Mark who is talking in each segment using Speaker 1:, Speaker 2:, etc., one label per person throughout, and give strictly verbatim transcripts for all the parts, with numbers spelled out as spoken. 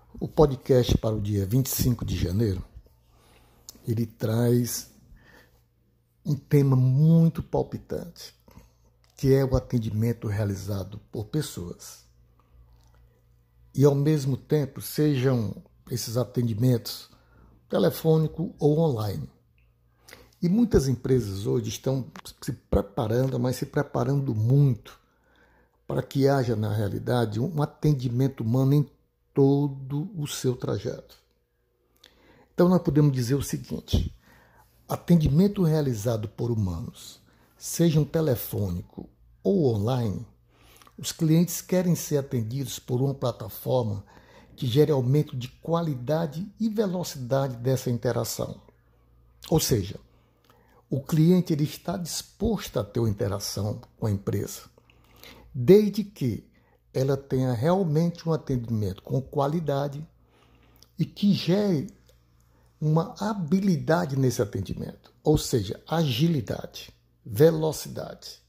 Speaker 1: O podcast para o dia vinte e cinco de janeiro, ele traz um tema muito palpitante, que é o atendimento realizado por pessoas. E, ao mesmo tempo, sejam esses atendimentos telefônico ou online. E muitas empresas hoje estão se preparando, mas se preparando muito para que haja, na realidade, um atendimento humano em todo o seu trajeto. Então, nós podemos dizer o seguinte: atendimento realizado por humanos, seja um telefônico ou online, os clientes querem ser atendidos por uma plataforma que gere aumento de qualidade e velocidade dessa interação. Ou seja, o cliente ele está disposto a ter uma interação com a empresa, desde que ela tenha realmente um atendimento com qualidade e que gere uma habilidade nesse atendimento, ou seja, agilidade, velocidade.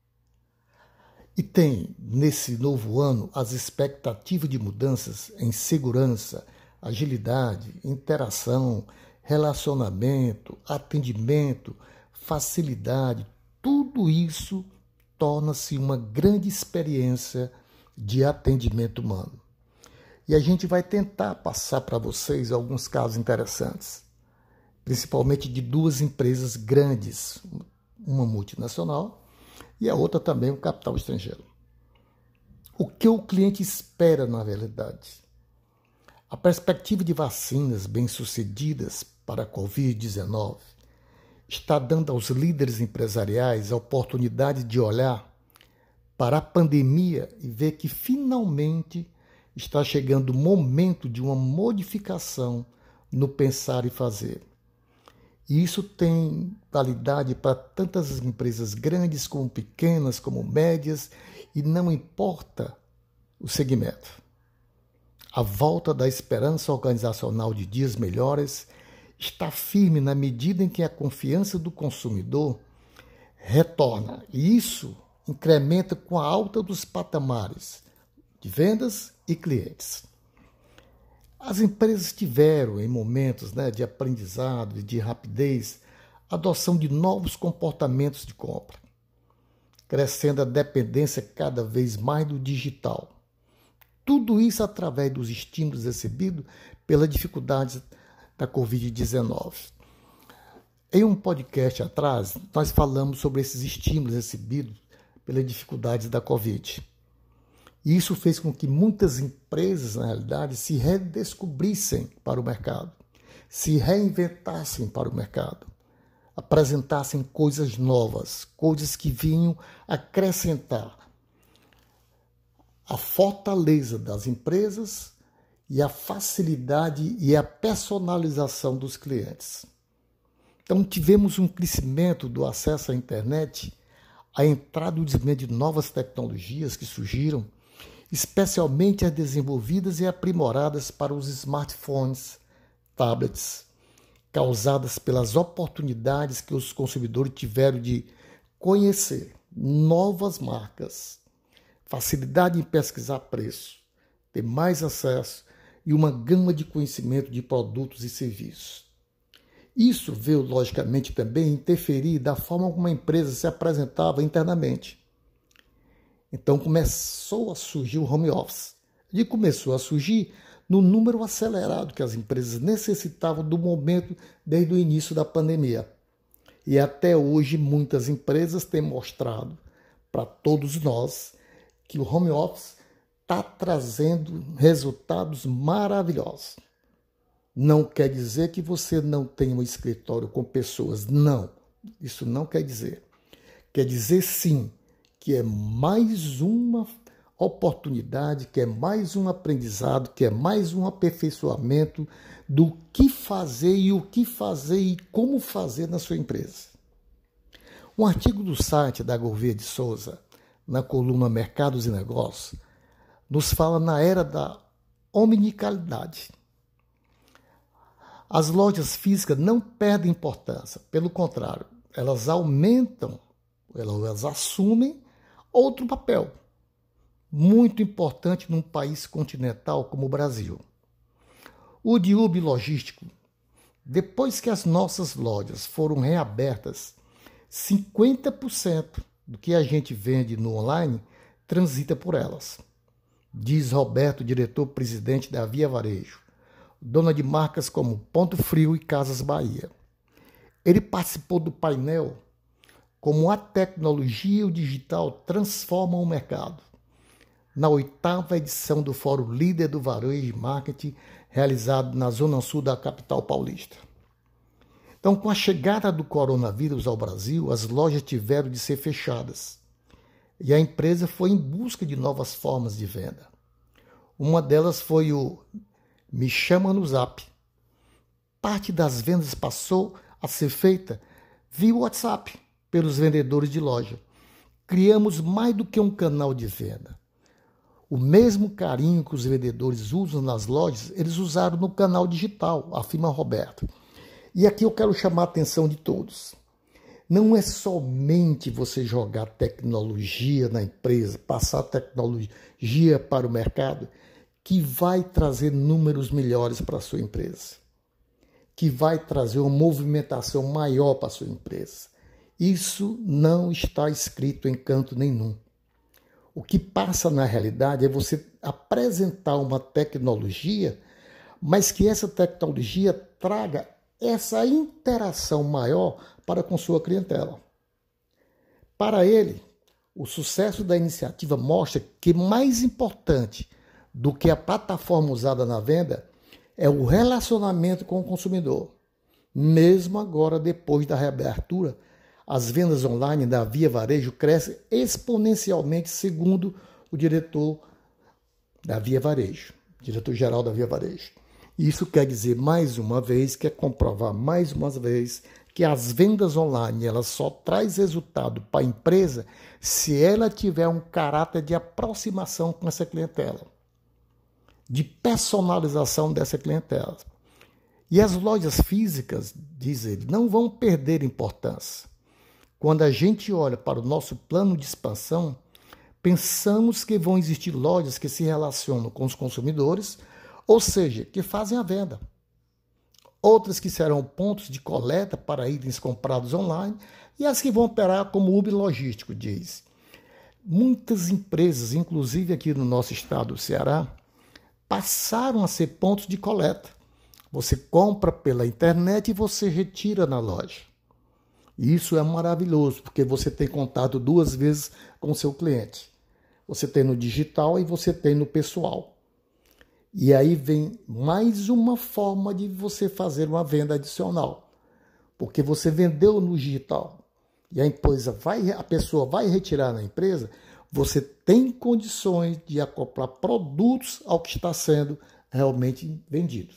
Speaker 1: E tem, nesse novo ano, as expectativas de mudanças em segurança, agilidade, interação, relacionamento, atendimento, facilidade. Tudo isso torna-se uma grande experiência de atendimento humano. E a gente vai tentar passar para vocês alguns casos interessantes, principalmente de duas empresas grandes, uma multinacional e a outra também um capital estrangeiro. O que o cliente espera na realidade? A perspectiva de vacinas bem-sucedidas para a covid dezenove está dando aos líderes empresariais a oportunidade de olhar para a pandemia e ver que finalmente está chegando o momento de uma modificação no pensar e fazer. E isso tem validade para tantas empresas grandes como pequenas, como médias, e não importa o segmento. A volta da esperança organizacional de dias melhores está firme na medida em que a confiança do consumidor retorna. E isso incrementa com a alta dos patamares de vendas e clientes. As empresas tiveram, em momentos né, de aprendizado e de rapidez, adoção de novos comportamentos de compra, crescendo a dependência cada vez mais do digital. Tudo isso através dos estímulos recebidos pelas dificuldades da covid dezenove. Em um podcast atrás, nós falamos sobre esses estímulos recebidos pelas dificuldades da Covid. E isso fez com que muitas empresas, na realidade, se redescobrissem para o mercado, se reinventassem para o mercado, apresentassem coisas novas, coisas que vinham acrescentar a fortaleza das empresas e a facilidade e a personalização dos clientes. Então, tivemos um crescimento do acesso à internet, a entrada e o desenvolvimento de novas tecnologias que surgiram, especialmente as desenvolvidas e aprimoradas para os smartphones, tablets, causadas pelas oportunidades que os consumidores tiveram de conhecer novas marcas, facilidade em pesquisar preço, ter mais acesso e uma gama de conhecimento de produtos e serviços. Isso veio, logicamente, também interferir da forma como a empresa se apresentava internamente. Então começou a surgir o home office. E começou a surgir no número acelerado que as empresas necessitavam do momento desde o início da pandemia. E até hoje muitas empresas têm mostrado para todos nós que o home office está trazendo resultados maravilhosos. Não quer dizer que você não tenha um escritório com pessoas. Não, isso não quer dizer. Quer dizer sim que é mais uma oportunidade, que é mais um aprendizado, que é mais um aperfeiçoamento do que fazer e o que fazer e como fazer na sua empresa. Um artigo do site da Gouveia de Souza, na coluna Mercados e Negócios, nos fala na era da omnicanalidade. As lojas físicas não perdem importância, pelo contrário, elas aumentam, elas assumem outro papel muito importante num país continental como o Brasil. O Diúbio Logístico. Depois que as nossas lojas foram reabertas, cinquenta por cento do que a gente vende no online transita por elas, diz Roberto, diretor-presidente da Via Varejo, dona de marcas como Ponto Frio e Casas Bahia. Ele participou do painel Como a Tecnologia e o Digital Transformam o Mercado, na oitava edição do Fórum Líder do Varejo e Marketing, realizado na Zona Sul da capital paulista. Então, com a chegada do coronavírus ao Brasil, as lojas tiveram de ser fechadas e a empresa foi em busca de novas formas de venda. Uma delas foi o Me Chama no Zap. Parte das vendas passou a ser feita via WhatsApp pelos vendedores de loja. Criamos mais do que um canal de venda. O mesmo carinho que os vendedores usam nas lojas, eles usaram no canal digital, afirma Roberto. E aqui eu quero chamar a atenção de todos. Não é somente você jogar tecnologia na empresa, passar tecnologia para o mercado, que vai trazer números melhores para a sua empresa, que vai trazer uma movimentação maior para a sua empresa. Isso não está escrito em canto nenhum. O que passa na realidade é você apresentar uma tecnologia, mas que essa tecnologia traga essa interação maior para com sua clientela. Para ele, o sucesso da iniciativa mostra que mais importante do que a plataforma usada na venda é o relacionamento com o consumidor. Mesmo agora, depois da reabertura, as vendas online da Via Varejo crescem exponencialmente, segundo o diretor da Via Varejo, diretor-geral da Via Varejo. Isso quer dizer, mais uma vez, quer comprovar mais uma vez que as vendas online elas só traz resultado para a empresa se ela tiver um caráter de aproximação com essa clientela, de personalização dessa clientela. E as lojas físicas, diz ele, não vão perder importância. Quando a gente olha para o nosso plano de expansão, pensamos que vão existir lojas que se relacionam com os consumidores, ou seja, que fazem a venda. Outras que serão pontos de coleta para itens comprados online e as que vão operar como Uber logístico, diz. Muitas empresas, inclusive aqui no nosso estado do Ceará, passaram a ser pontos de coleta. Você compra pela internet e você retira na loja. E isso é maravilhoso, porque você tem contato duas vezes com o seu cliente. Você tem no digital e você tem no pessoal. E aí vem mais uma forma de você fazer uma venda adicional. Porque você vendeu no digital e a empresa vai, a pessoa vai retirar na empresa, você tem condições de acoplar produtos ao que está sendo realmente vendido.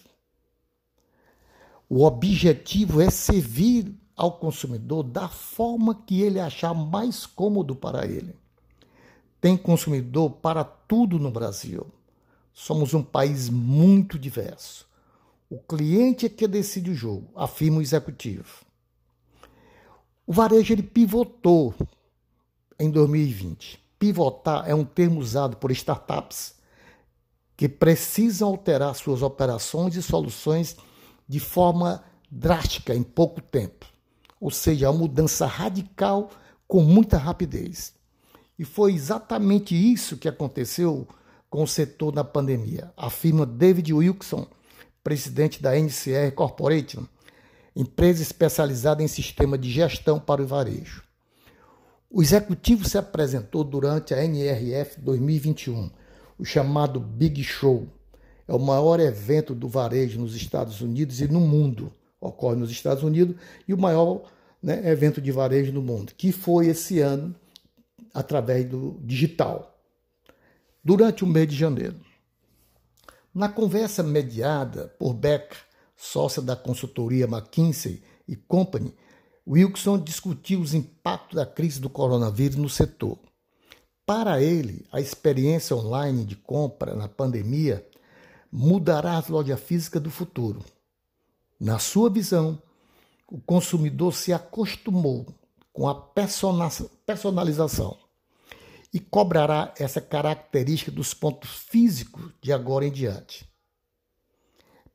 Speaker 1: O objetivo é servir ao consumidor da forma que ele achar mais cômodo para ele. Tem consumidor para tudo no Brasil. Somos um país muito diverso. O cliente é que decide o jogo, afirma o executivo. O varejo ele pivotou em dois mil e vinte. Pivotar é um termo usado por startups que precisam alterar suas operações e soluções de forma drástica em pouco tempo. Ou seja, uma mudança radical com muita rapidez. E foi exatamente isso que aconteceu com o setor na pandemia, afirma David Wilson, presidente da N C R Corporation, empresa especializada em sistema de gestão para o varejo. O executivo se apresentou durante a N R F dois mil e vinte e um, o chamado Big Show. É o maior evento do varejo nos Estados Unidos e no mundo. Ocorre nos Estados Unidos e o maior, né, evento de varejo no mundo, que foi esse ano através do digital, durante o mês de janeiro. Na conversa mediada por Beck, sócia da consultoria McKinsey e Company, Wilson discutiu os impactos da crise do coronavírus no setor. Para ele, a experiência online de compra na pandemia mudará as lojas físicas do futuro. Na sua visão, o consumidor se acostumou com a personalização e cobrará essa característica dos pontos físicos de agora em diante.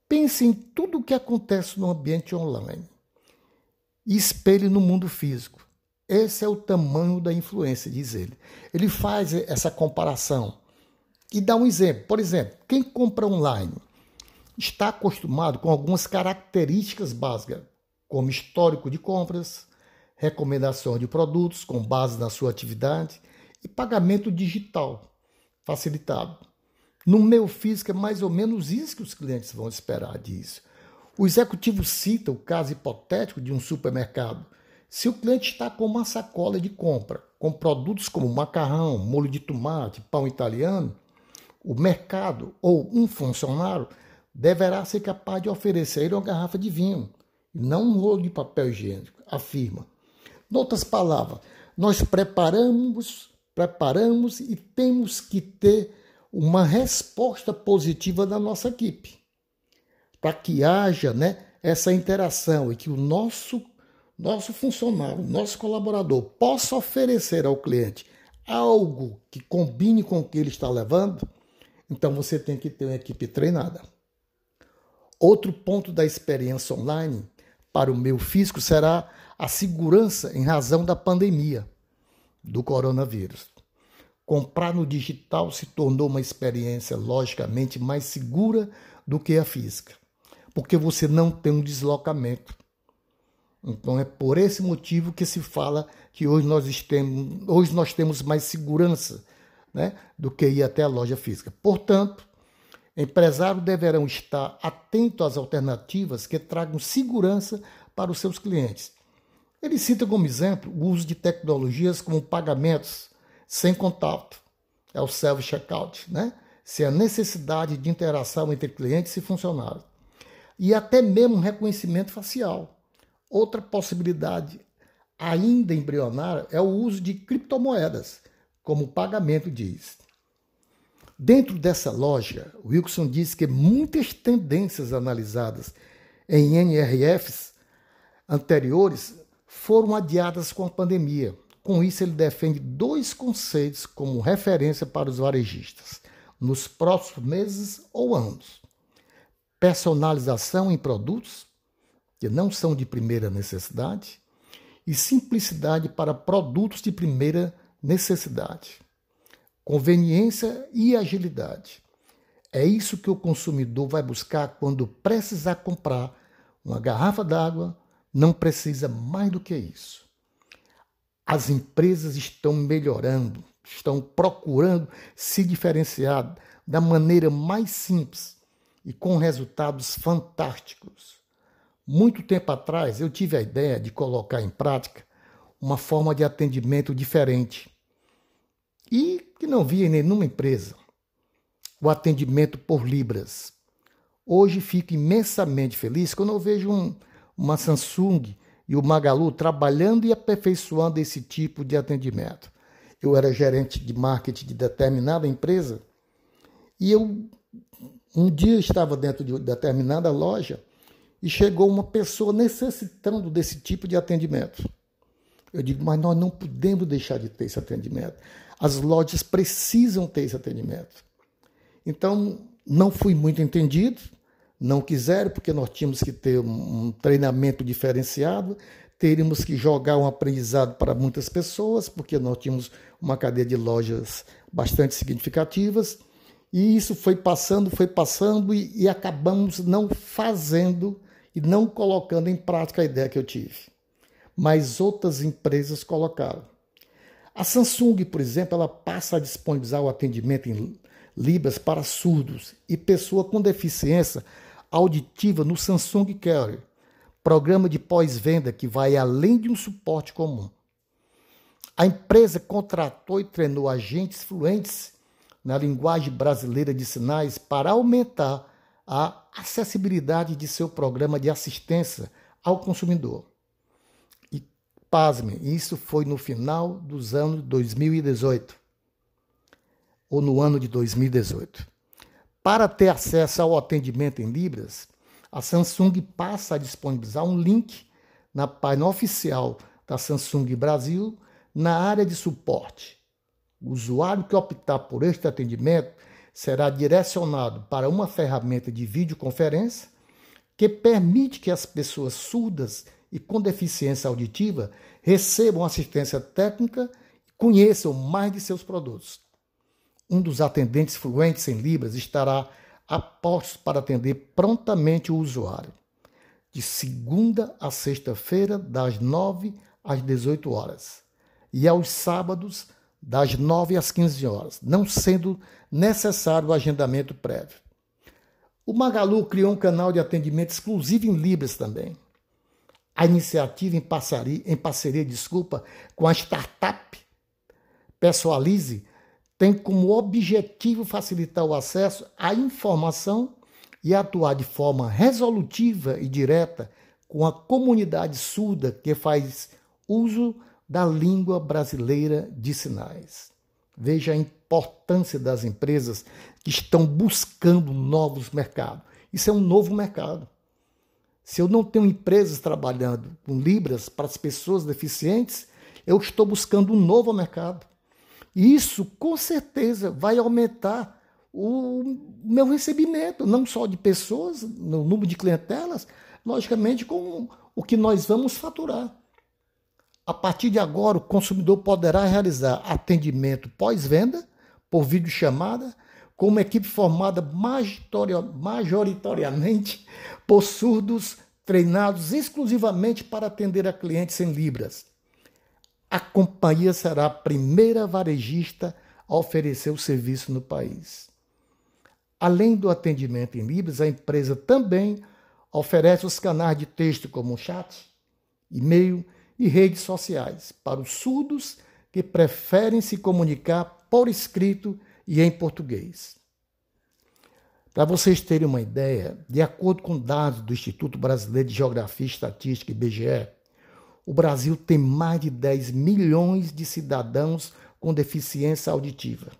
Speaker 1: Pense em tudo o que acontece no ambiente online e espelhe no mundo físico. Esse é o tamanho da influência, diz ele. Ele faz essa comparação e dá um exemplo. Por exemplo, quem compra online está acostumado com algumas características básicas, como histórico de compras, recomendação de produtos com base na sua atividade e pagamento digital facilitado. No meio físico é mais ou menos isso que os clientes vão esperar disso. O executivo cita o caso hipotético de um supermercado. Se o cliente está com uma sacola de compra, com produtos como macarrão, molho de tomate, pão italiano, o mercado ou um funcionário deverá ser capaz de oferecer uma garrafa de vinho, e não um rolo de papel higiênico, afirma. Em outras palavras, nós preparamos, preparamos e temos que ter uma resposta positiva da nossa equipe, para que haja, né, essa interação e que o nosso, nosso funcionário, nosso colaborador possa oferecer ao cliente algo que combine com o que ele está levando. Então você tem que ter uma equipe treinada. Outro ponto da experiência online para o meio físico será a segurança em razão da pandemia do coronavírus. Comprar no digital se tornou uma experiência logicamente mais segura do que a física, porque você não tem um deslocamento. Então é por esse motivo que se fala que hoje nós temos, hoje nós temos mais segurança, né, do que ir até a loja física. Portanto, empresários deverão estar atentos às alternativas que tragam segurança para os seus clientes. Ele cita como exemplo o uso de tecnologias como pagamentos sem contato, é o self-checkout, né? Sem a necessidade de interação entre clientes e funcionários. E até mesmo reconhecimento facial. Outra possibilidade ainda embrionária é o uso de criptomoedas como pagamento, diz. Dentro dessa lógica, Wilson diz que muitas tendências analisadas em N R Fs anteriores foram adiadas com a pandemia. Com isso, ele defende dois conceitos como referência para os varejistas nos próximos meses ou anos: personalização em produtos, que não são de primeira necessidade, e simplicidade para produtos de primeira necessidade. Conveniência e agilidade. É isso que o consumidor vai buscar quando precisar comprar uma garrafa d'água. Não precisa mais do que isso. As empresas estão melhorando, estão procurando se diferenciar da maneira mais simples e com resultados fantásticos. Muito tempo atrás, eu tive a ideia de colocar em prática uma forma de atendimento diferente e que não via em nenhuma empresa: o atendimento por libras. Hoje fico imensamente feliz quando eu vejo um, uma Samsung e o Magalu trabalhando e aperfeiçoando esse tipo de atendimento. Eu era gerente de marketing de determinada empresa e eu um dia estava dentro de determinada loja e chegou uma pessoa necessitando desse tipo de atendimento. Eu digo, mas nós não podemos deixar de ter esse atendimento. As lojas precisam ter esse atendimento. Então, não fui muito entendido, não quiseram, porque nós tínhamos que ter um treinamento diferenciado, teríamos que jogar um aprendizado para muitas pessoas, porque nós tínhamos uma cadeia de lojas bastante significativas, e isso foi passando, foi passando, e, e acabamos não fazendo e não colocando em prática a ideia que eu tive. Mas outras empresas colocaram. A Samsung, por exemplo, ela passa a disponibilizar o atendimento em libras para surdos e pessoa com deficiência auditiva no Samsung Care, programa de pós-venda que vai além de um suporte comum. A empresa contratou e treinou agentes fluentes na linguagem brasileira de sinais para aumentar a acessibilidade de seu programa de assistência ao consumidor. E, pasmem, isso foi no final dos anos dois mil e dezoito, ou no ano de dois mil e dezoito. Para ter acesso ao atendimento em libras, a Samsung passa a disponibilizar um link na página oficial da Samsung Brasil na área de suporte. O usuário que optar por este atendimento será direcionado para uma ferramenta de videoconferência que permite que as pessoas surdas e com deficiência auditiva recebam assistência técnica e conheçam mais de seus produtos. Um dos atendentes fluentes em Libras estará a postos para atender prontamente o usuário, de segunda a sexta-feira, das nove às dezoito horas, e aos sábados, das nove às quinze horas, não sendo necessário o agendamento prévio. O Magalu criou um canal de atendimento exclusivo em Libras também. A iniciativa em parceria, em parceria desculpa, com a startup Pessoalize tem como objetivo facilitar o acesso à informação e atuar de forma resolutiva e direta com a comunidade surda que faz uso da língua brasileira de sinais. Veja a importância das empresas que estão buscando novos mercados. Isso é um novo mercado. Se eu não tenho empresas trabalhando com Libras para as pessoas deficientes, eu estou buscando um novo mercado. E isso, com certeza, vai aumentar o meu recebimento, não só de pessoas, no número de clientelas, logicamente com o que nós vamos faturar. A partir de agora, o consumidor poderá realizar atendimento pós-venda, por videochamada, com uma equipe formada majoritariamente por surdos treinados exclusivamente para atender a clientes em Libras. A companhia será a primeira varejista a oferecer o serviço no país. Além do atendimento em Libras, a empresa também oferece os canais de texto como chat, e-mail e redes sociais para os surdos que preferem se comunicar por escrito e em português. Para vocês terem uma ideia, de acordo com dados do Instituto Brasileiro de Geografia e Estatística, I B G E, o Brasil tem mais de dez milhões de cidadãos com deficiência auditiva.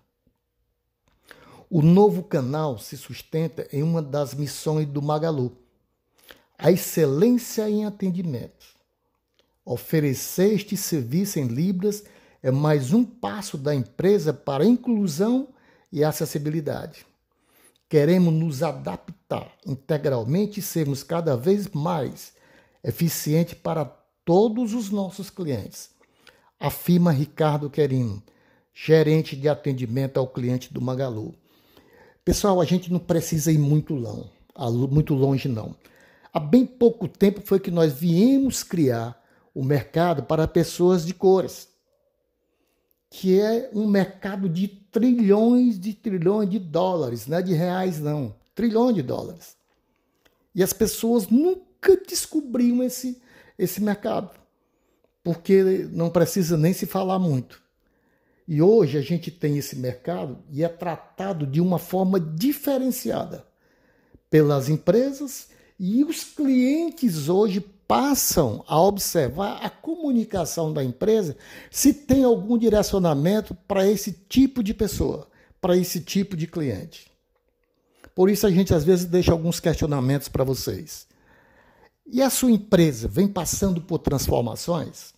Speaker 1: O novo canal se sustenta em uma das missões do Magalu, a excelência em atendimento. Oferecer este serviço em Libras é mais um passo da empresa para a inclusão e acessibilidade. Queremos nos adaptar integralmente e sermos cada vez mais eficientes para todos os nossos clientes, afirma Ricardo Querino, gerente de atendimento ao cliente do Magalu. Pessoal, a gente não precisa ir muito longe, muito longe não. Há bem pouco tempo foi que nós viemos criar o mercado para pessoas de cores, que é um mercado de trilhões de trilhões de dólares, não é de reais não, trilhões de dólares. E as pessoas nunca descobriam esse, esse mercado, porque não precisa nem se falar muito. E hoje a gente tem esse mercado e é tratado de uma forma diferenciada pelas empresas, e os clientes hoje passam a observar a comunicação da empresa se tem algum direcionamento para esse tipo de pessoa, para esse tipo de cliente. Por isso a gente às vezes deixa alguns questionamentos para vocês. E a sua empresa vem passando por transformações?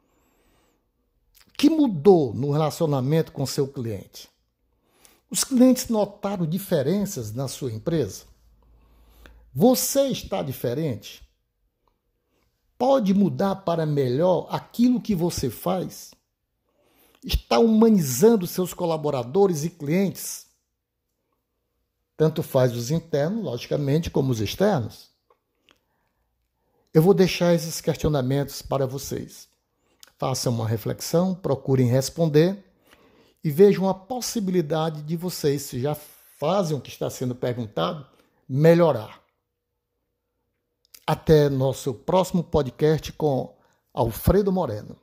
Speaker 1: O que mudou no relacionamento com seu cliente? Os clientes notaram diferenças na sua empresa? Você está diferente? Pode mudar para melhor aquilo que você faz? Está humanizando seus colaboradores e clientes? Tanto faz os internos, logicamente, como os externos. Eu vou deixar esses questionamentos para vocês. Façam uma reflexão, procurem responder e vejam a possibilidade de vocês, se já fazem o que está sendo perguntado, melhorar. Até nosso próximo podcast com Alfredo Moreno.